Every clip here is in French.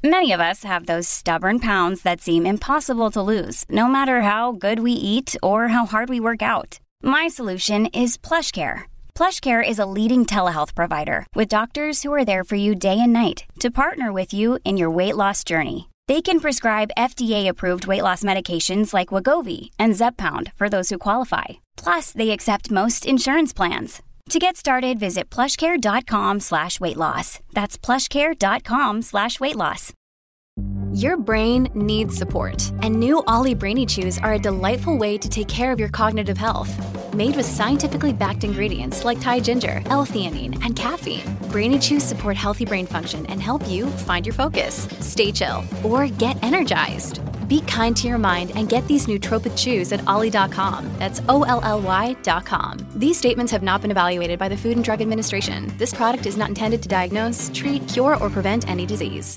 Many of us have those stubborn pounds that seem impossible to lose, no matter how good we eat or how hard we work out. My solution is PlushCare. PlushCare is a leading telehealth provider with doctors who are there for you day and night to partner with you in your weight loss journey. They can prescribe FDA-approved weight loss medications like Wegovy and Zepbound for those who qualify. Plus, they accept most insurance plans. To get started, visit plushcare.com/weightloss. That's plushcare.com/weightloss. Your brain needs support, and new Ollie Brainy Chews are a delightful way to take care of your cognitive health. Made with scientifically backed ingredients like Thai ginger, L-theanine, and caffeine, Brainy Chews support healthy brain function and help you find your focus, stay chill, or get energized. Be kind to your mind and get these nootropic chews at ollie.com. That's OLLY.com. These statements have not been evaluated by the Food and Drug Administration. This product is not intended to diagnose, treat, cure, or prevent any disease.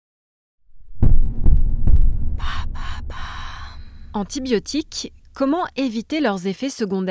Antibiotiques, comment éviter leurs effets secondaires ?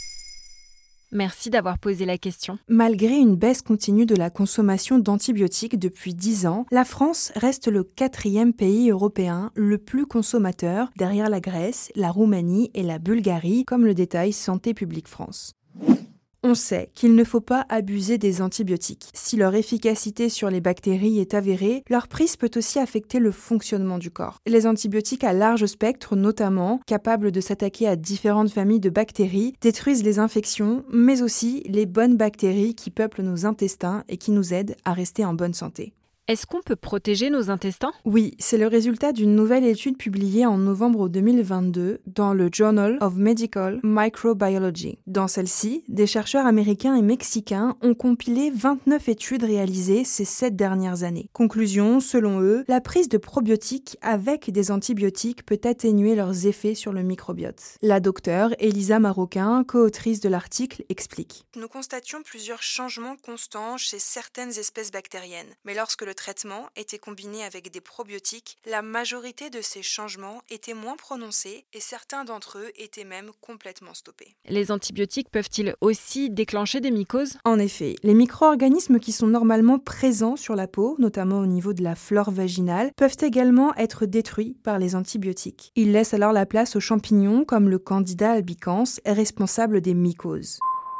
Merci d'avoir posé la question. Malgré une baisse continue de la consommation d'antibiotiques depuis 10 ans, la France reste le 4e pays européen le plus consommateur, derrière la Grèce, la Roumanie et la Bulgarie, comme le détaille Santé publique France. On sait qu'il ne faut pas abuser des antibiotiques. Si leur efficacité sur les bactéries est avérée, leur prise peut aussi affecter le fonctionnement du corps. Les antibiotiques à large spectre, notamment, capables de s'attaquer à différentes familles de bactéries, détruisent les infections, mais aussi les bonnes bactéries qui peuplent nos intestins et qui nous aident à rester en bonne santé. Est-ce qu'on peut protéger nos intestins ? Oui, c'est le résultat d'une nouvelle étude publiée en novembre 2022 dans le Journal of Medical Microbiology. Dans celle-ci, des chercheurs américains et mexicains ont compilé 29 études réalisées ces 7 dernières années. Conclusion, selon eux, la prise de probiotiques avec des antibiotiques peut atténuer leurs effets sur le microbiote. La docteure Elisa Maroquin, co-autrice de l'article, explique. Nous constations plusieurs changements constants chez certaines espèces bactériennes, mais lorsque le traitement était combiné avec des probiotiques, la majorité de ces changements étaient moins prononcés et certains d'entre eux étaient même complètement stoppés. Les antibiotiques peuvent-ils aussi déclencher des mycoses ? En effet, les micro-organismes qui sont normalement présents sur la peau, notamment au niveau de la flore vaginale, peuvent également être détruits par les antibiotiques. Ils laissent alors la place aux champignons comme le Candida albicans, responsable des mycoses.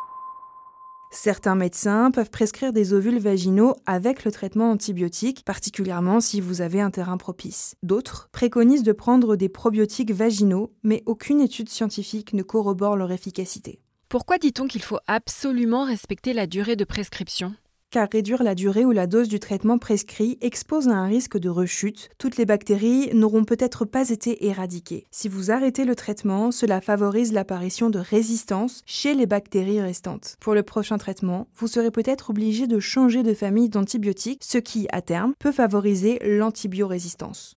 Certains médecins peuvent prescrire des ovules vaginaux avec le traitement antibiotique, particulièrement si vous avez un terrain propice. D'autres préconisent de prendre des probiotiques vaginaux, mais aucune étude scientifique ne corrobore leur efficacité. Pourquoi dit-on qu'il faut absolument respecter la durée de prescription ? Car réduire la durée ou la dose du traitement prescrit expose à un risque de rechute. Toutes les bactéries n'auront peut-être pas été éradiquées. Si vous arrêtez le traitement, cela favorise l'apparition de résistance chez les bactéries restantes. Pour le prochain traitement, vous serez peut-être obligé de changer de famille d'antibiotiques, ce qui, à terme, peut favoriser l'antibiorésistance.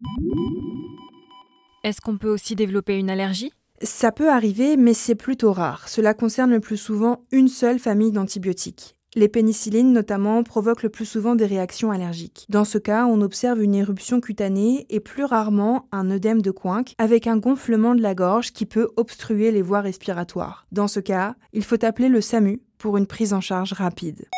Est-ce qu'on peut aussi développer une allergie ? Ça peut arriver, mais c'est plutôt rare. Cela concerne le plus souvent une seule famille d'antibiotiques. Les pénicillines, notamment, provoquent le plus souvent des réactions allergiques. Dans ce cas, on observe une éruption cutanée et plus rarement un œdème de Quincke avec un gonflement de la gorge qui peut obstruer les voies respiratoires. Dans ce cas, il faut appeler le SAMU pour une prise en charge rapide.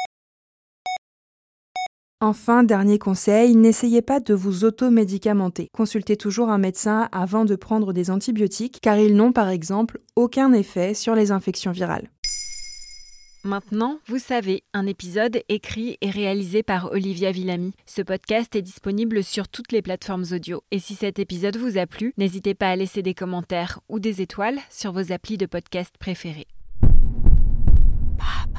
Enfin, dernier conseil, n'essayez pas de vous automédicamenter. Consultez toujours un médecin avant de prendre des antibiotiques car ils n'ont par exemple aucun effet sur les infections virales. Maintenant, vous savez, un épisode écrit et réalisé par Olivia Villamy. Ce podcast est disponible sur toutes les plateformes audio. Et si cet épisode vous a plu, n'hésitez pas à laisser des commentaires ou des étoiles sur vos applis de podcast préférés.